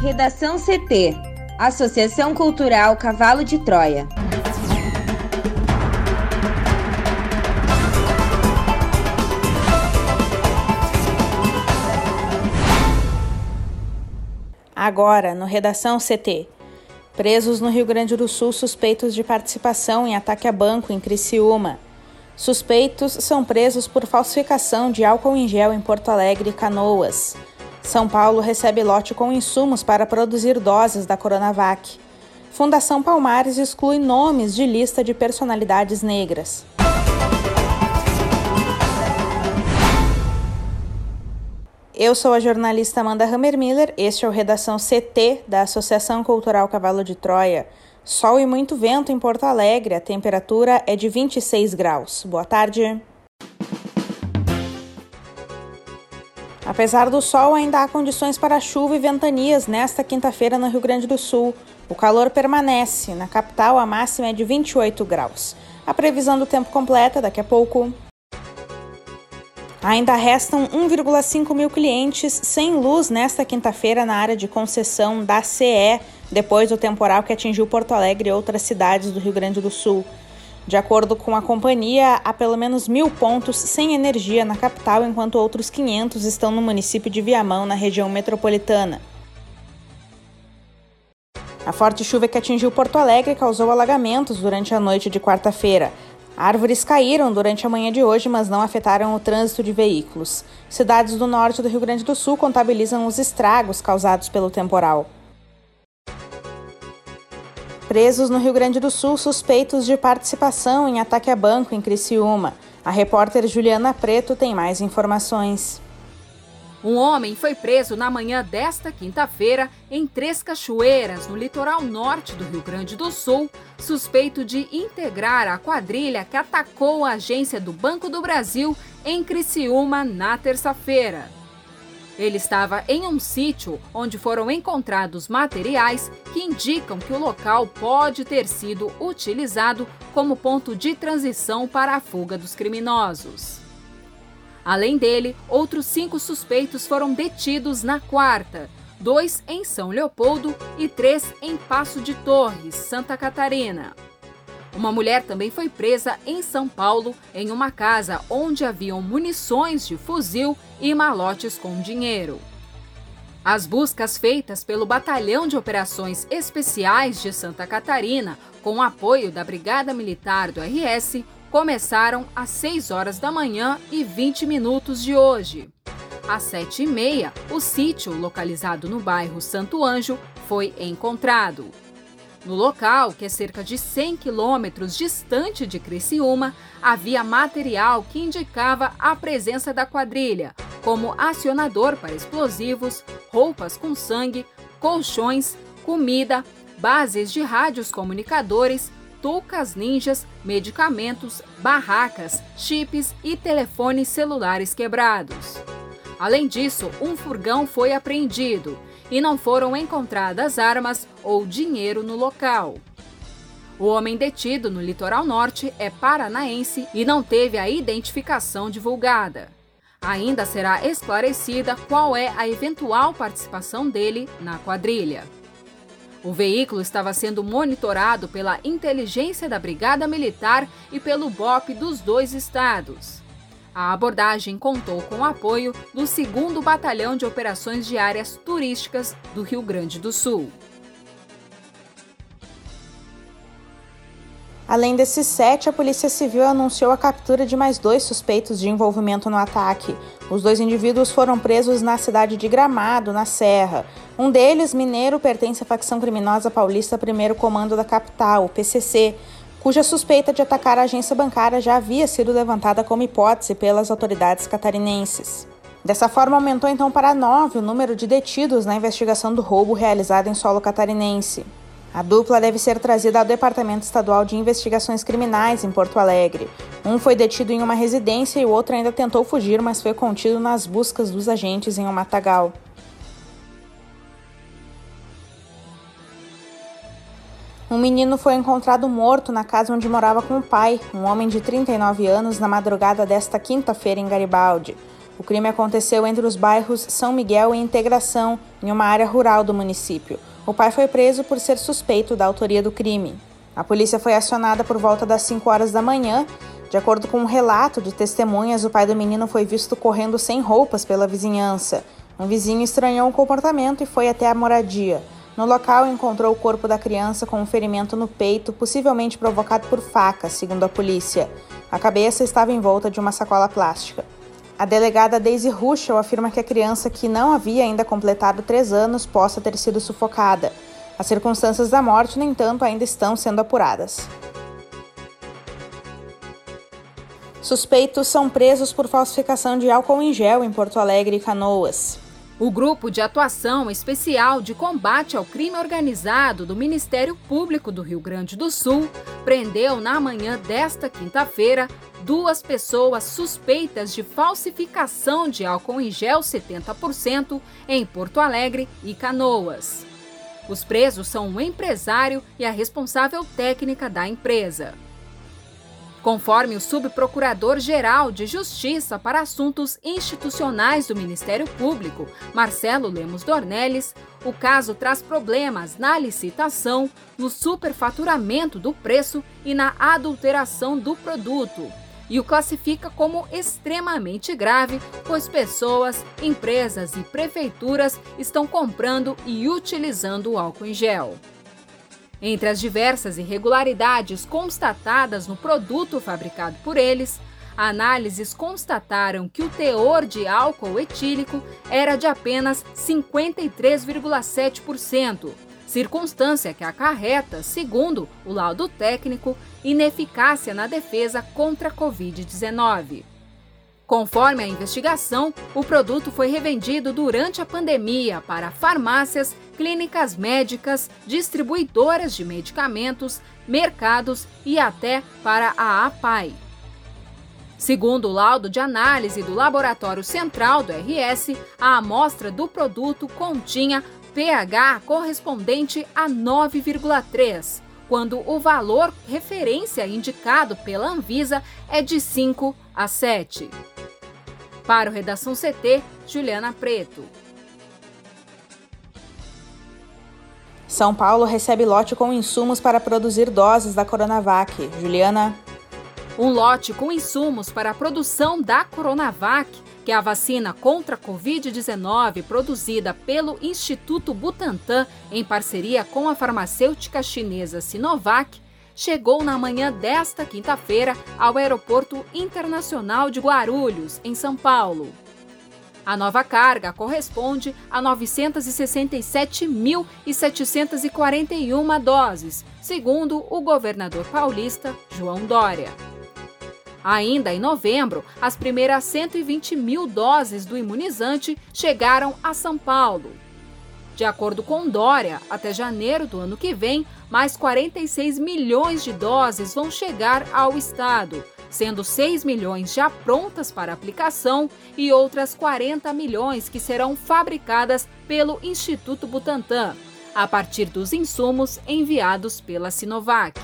Redação CT, Associação Cultural Cavalo de Troia. Agora, no Redação CT. Presos no Rio Grande do Sul suspeitos de participação em ataque a banco em Criciúma. Suspeitos são presos por falsificação de álcool em gel em Porto Alegre e Canoas. São Paulo recebe lote com insumos para produzir doses da Coronavac. Fundação Palmares exclui nomes de lista de personalidades negras. Eu sou a jornalista Amanda Hammermiller, este é o Redação CT da Associação Cultural Cavalo de Troia. Sol e muito vento em Porto Alegre, a temperatura é de 26 graus. Boa tarde. Apesar do sol, ainda há condições para chuva e ventanias nesta quinta-feira no Rio Grande do Sul. O calor permanece. Na capital, a máxima é de 28 graus. A previsão do tempo completa daqui a pouco. Ainda restam 1,5 mil clientes sem luz nesta quinta-feira na área de concessão da CE, depois do temporal que atingiu Porto Alegre e outras cidades do Rio Grande do Sul. De acordo com a companhia, há pelo menos 1.000 pontos sem energia na capital, enquanto outros 500 estão no município de Viamão, na região metropolitana. A forte chuva que atingiu Porto Alegre causou alagamentos durante a noite de quarta-feira. Árvores caíram durante a manhã de hoje, mas não afetaram o trânsito de veículos. Cidades do norte do Rio Grande do Sul contabilizam os estragos causados pelo temporal. Presos no Rio Grande do Sul suspeitos de participação em ataque a banco em Criciúma. A repórter Juliana Preto tem mais informações. Um homem foi preso na manhã desta quinta-feira em Três Cachoeiras, no litoral norte do Rio Grande do Sul, suspeito de integrar a quadrilha que atacou a agência do Banco do Brasil em Criciúma na terça-feira. Ele estava em um sítio onde foram encontrados materiais que indicam que o local pode ter sido utilizado como ponto de transição para a fuga dos criminosos. Além dele, outros 5 suspeitos foram detidos na quarta, 2 em São Leopoldo e 3 em Passo de Torres, Santa Catarina. Uma mulher também foi presa em São Paulo, em uma casa onde haviam munições de fuzil e malotes com dinheiro. As buscas feitas pelo Batalhão de Operações Especiais de Santa Catarina, com o apoio da Brigada Militar do RS, começaram às 6 horas da manhã e 20 minutos de hoje. Às 7h30, o sítio, localizado no bairro Santo Anjo, foi encontrado. No local, que é cerca de 100 quilômetros distante de Criciúma, havia material que indicava a presença da quadrilha, como acionador para explosivos, roupas com sangue, colchões, comida, bases de rádios comunicadores, toucas ninjas, medicamentos, barracas, chips e telefones celulares quebrados. Além disso, um furgão foi apreendido e não foram encontradas armas ou dinheiro no local. O homem detido no litoral norte é paranaense e não teve a identificação divulgada. Ainda será esclarecida qual é a eventual participação dele na quadrilha. O veículo estava sendo monitorado pela inteligência da Brigada Militar e pelo BOP dos 2 estados. A abordagem contou com o apoio do 2º Batalhão de Operações Diárias Turísticas do Rio Grande do Sul. Além desses 7, a Polícia Civil anunciou a captura de mais 2 suspeitos de envolvimento no ataque. Os 2 indivíduos foram presos na cidade de Gramado, na Serra. Um deles, mineiro, pertence à facção criminosa paulista Primeiro Comando da Capital, o PCC, cuja suspeita de atacar a agência bancária já havia sido levantada como hipótese pelas autoridades catarinenses. Dessa forma, aumentou então para 9 o número de detidos na investigação do roubo realizado em solo catarinense. A dupla deve ser trazida ao Departamento Estadual de Investigações Criminais, em Porto Alegre. Um foi detido em uma residência e o outro ainda tentou fugir, mas foi contido nas buscas dos agentes em um matagal. Um menino foi encontrado morto na casa onde morava com o pai, um homem de 39 anos, na madrugada desta quinta-feira em Garibaldi. O crime aconteceu entre os bairros São Miguel e Integração, em uma área rural do município. O pai foi preso por ser suspeito da autoria do crime. A polícia foi acionada por volta das 5 horas da manhã. De acordo com um relato de testemunhas, o pai do menino foi visto correndo sem roupas pela vizinhança. Um vizinho estranhou o comportamento e foi até a moradia. No local, encontrou o corpo da criança com um ferimento no peito, possivelmente provocado por faca, segundo a polícia. A cabeça estava envolta de uma sacola plástica. A delegada Daisy Ruschel afirma que a criança, que não havia ainda completado 3 anos, possa ter sido sufocada. As circunstâncias da morte, no entanto, ainda estão sendo apuradas. Suspeitos são presos por falsificação de álcool em gel em Porto Alegre e Canoas. O Grupo de Atuação Especial de Combate ao Crime Organizado do Ministério Público do Rio Grande do Sul prendeu na manhã desta quinta-feira 2 pessoas suspeitas de falsificação de álcool em gel 70% em Porto Alegre e Canoas. Os presos são o empresário e a responsável técnica da empresa. Conforme o subprocurador-geral de Justiça para Assuntos Institucionais do Ministério Público, Marcelo Lemos Dornelles, o caso traz problemas na licitação, no superfaturamento do preço e na adulteração do produto, e o classifica como extremamente grave, pois pessoas, empresas e prefeituras estão comprando e utilizando o álcool em gel. Entre as diversas irregularidades constatadas no produto fabricado por eles, análises constataram que o teor de álcool etílico era de apenas 53,7%, circunstância que acarreta, segundo o laudo técnico, ineficácia na defesa contra a Covid-19. Conforme a investigação, o produto foi revendido durante a pandemia para farmácias, clínicas médicas, distribuidoras de medicamentos, mercados e até para a APAI. Segundo o laudo de análise do Laboratório Central do RS, a amostra do produto continha pH correspondente a 9,3, quando o valor referência indicado pela Anvisa é de 5 a 7. Para o Redação CT, Juliana Preto. São Paulo recebe lote com insumos para produzir doses da Coronavac. Juliana. Um lote com insumos para a produção da Coronavac, que é a vacina contra a Covid-19 produzida pelo Instituto Butantan em parceria com a farmacêutica chinesa Sinovac, chegou na manhã desta quinta-feira ao Aeroporto Internacional de Guarulhos, em São Paulo. A nova carga corresponde a 967.741 doses, segundo o governador paulista, João Dória. Ainda em novembro, as primeiras 120.000 doses do imunizante chegaram a São Paulo. De acordo com Dória, até janeiro do ano que vem, mais 46 milhões de doses vão chegar ao estado, sendo 6 milhões já prontas para aplicação e outras 40 milhões que serão fabricadas pelo Instituto Butantan, a partir dos insumos enviados pela Sinovac.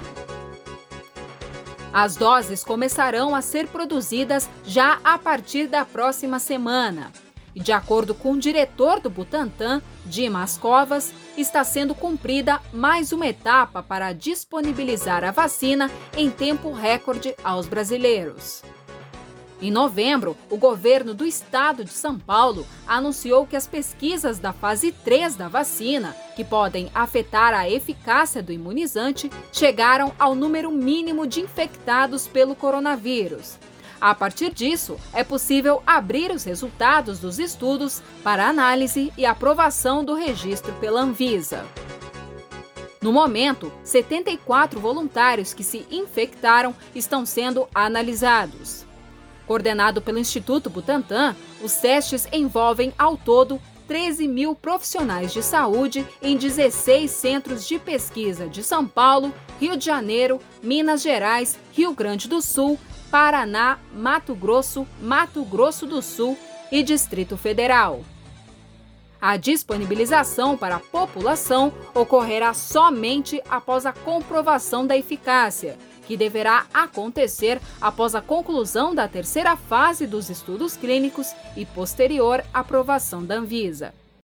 As doses começarão a ser produzidas já a partir da próxima semana. E, de acordo com o diretor do Butantan, Dimas Covas, está sendo cumprida mais uma etapa para disponibilizar a vacina em tempo recorde aos brasileiros. Em novembro, o governo do estado de São Paulo anunciou que as pesquisas da fase 3 da vacina, que podem afetar a eficácia do imunizante, chegaram ao número mínimo de infectados pelo coronavírus. A partir disso, é possível abrir os resultados dos estudos para análise e aprovação do registro pela Anvisa. No momento, 74 voluntários que se infectaram estão sendo analisados. Coordenado pelo Instituto Butantan, os testes envolvem, ao todo, 13 mil profissionais de saúde em 16 centros de pesquisa de São Paulo, Rio de Janeiro, Minas Gerais, Rio Grande do Sul, Paraná, Mato Grosso do Sul e Distrito Federal. A disponibilização para a população ocorrerá somente após a comprovação da eficácia, que deverá acontecer após a conclusão da terceira fase dos estudos clínicos e posterior aprovação da Anvisa.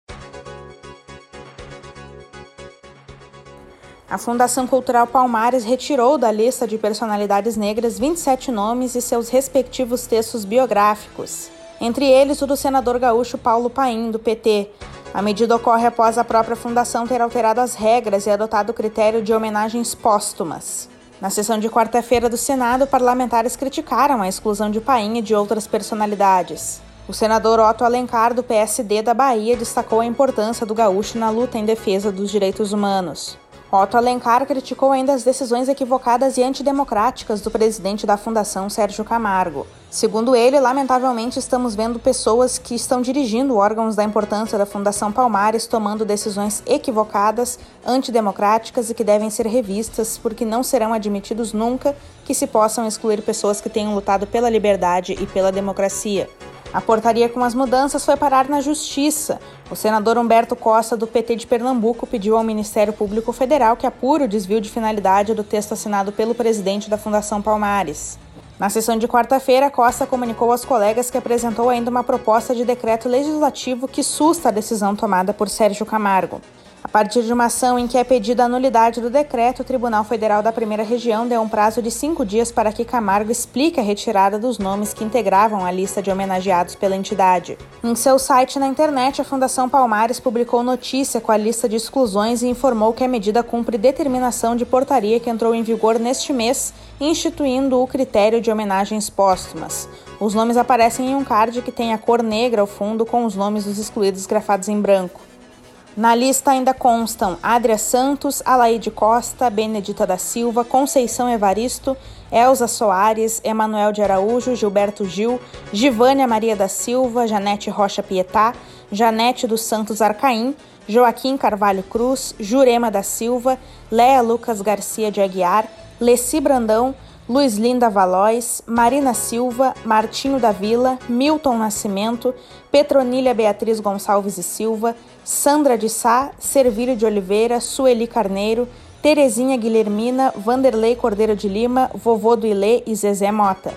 A Fundação Cultural Palmares retirou da lista de personalidades negras 27 nomes e seus respectivos textos biográficos, entre eles o do senador gaúcho Paulo Paim, do PT. A medida ocorre após a própria fundação ter alterado as regras e adotado o critério de homenagens póstumas. Na sessão de quarta-feira do Senado, parlamentares criticaram a exclusão de Paim e de outras personalidades. O senador Otto Alencar, do PSD da Bahia, destacou a importância do gaúcho na luta em defesa dos direitos humanos. Otto Alencar criticou ainda as decisões equivocadas e antidemocráticas do presidente da Fundação, Sérgio Camargo. Segundo ele, lamentavelmente estamos vendo pessoas que estão dirigindo órgãos da importância da Fundação Palmares tomando decisões equivocadas, antidemocráticas e que devem ser revistas porque não serão admitidos nunca que se possam excluir pessoas que tenham lutado pela liberdade e pela democracia. A portaria com as mudanças foi parar na Justiça. O senador Humberto Costa, do PT de Pernambuco, pediu ao Ministério Público Federal que apure o desvio de finalidade do texto assinado pelo presidente da Fundação Palmares. Na sessão de quarta-feira, Costa comunicou aos colegas que apresentou ainda uma proposta de decreto legislativo que susta a decisão tomada por Sérgio Camargo. A partir de uma ação em que é pedida a nulidade do decreto, o Tribunal Federal da Primeira Região deu um prazo de 5 dias para que Camargo explique a retirada dos nomes que integravam a lista de homenageados pela entidade. Em seu site na internet, a Fundação Palmares publicou notícia com a lista de exclusões e informou que a medida cumpre determinação de portaria que entrou em vigor neste mês, instituindo o critério de homenagens póstumas. Os nomes aparecem em um card que tem a cor negra ao fundo com os nomes dos excluídos grafados em branco. Na lista ainda constam Adria Santos, Alaide Costa, Benedita da Silva, Conceição Evaristo, Elza Soares, Emanuel de Araújo, Gilberto Gil, Givânia Maria da Silva, Janete Rocha Pietá, Janete dos Santos Arcaim, Joaquim Carvalho Cruz, Jurema da Silva, Léa Lucas Garcia de Aguiar, Leci Brandão, Luiz Linda Valois, Marina Silva, Martinho da Vila, Milton Nascimento, Petronília Beatriz Gonçalves e Silva, Sandra de Sá, Servílio de Oliveira, Sueli Carneiro, Terezinha Guilhermina, Vanderlei Cordeiro de Lima, Vovô do Ilê e Zezé Mota.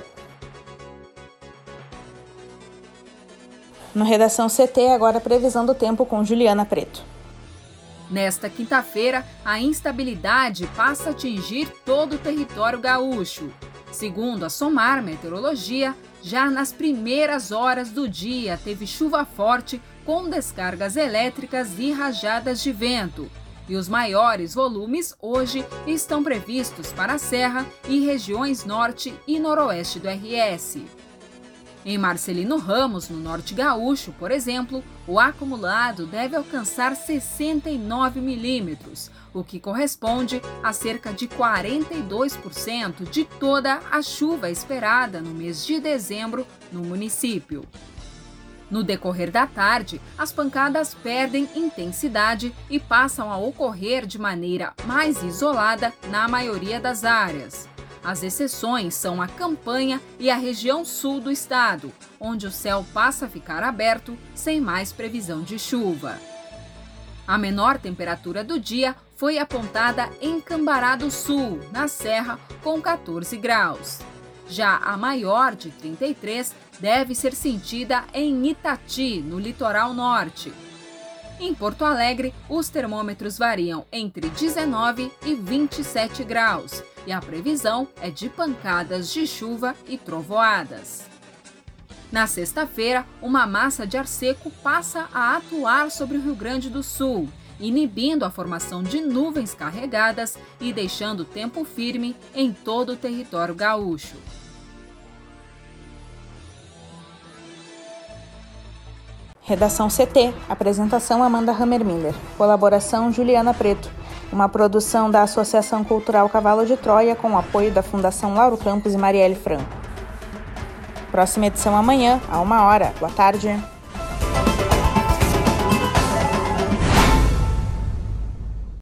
No Redação CT, agora previsão do tempo com Juliana Preto. Nesta quinta-feira, a instabilidade passa a atingir todo o território gaúcho. Segundo a SOMAR Meteorologia, já nas primeiras horas do dia teve chuva forte com descargas elétricas e rajadas de vento. E os maiores volumes hoje estão previstos para a Serra e regiões norte e noroeste do RS. Em Marcelino Ramos, no norte gaúcho, por exemplo, o acumulado deve alcançar 69 milímetros, o que corresponde a cerca de 42% de toda a chuva esperada no mês de dezembro no município. No decorrer da tarde, as pancadas perdem intensidade e passam a ocorrer de maneira mais isolada na maioria das áreas. As exceções são a Campanha e a região sul do estado, onde o céu passa a ficar aberto sem mais previsão de chuva. A menor temperatura do dia foi apontada em Cambará do Sul, na Serra, com 14 graus. Já a maior, de 33, deve ser sentida em Itati, no litoral norte. Em Porto Alegre, os termômetros variam entre 19 e 27 graus e a previsão é de pancadas de chuva e trovoadas. Na sexta-feira, uma massa de ar seco passa a atuar sobre o Rio Grande do Sul, inibindo a formação de nuvens carregadas e deixando tempo firme em todo o território gaúcho. Redação CT. Apresentação Amanda Hammermiller. Colaboração Juliana Preto. Uma produção da Associação Cultural Cavalo de Troia com o apoio da Fundação Lauro Campos e Marielle Franco. Próxima edição amanhã, a 13h. Boa tarde.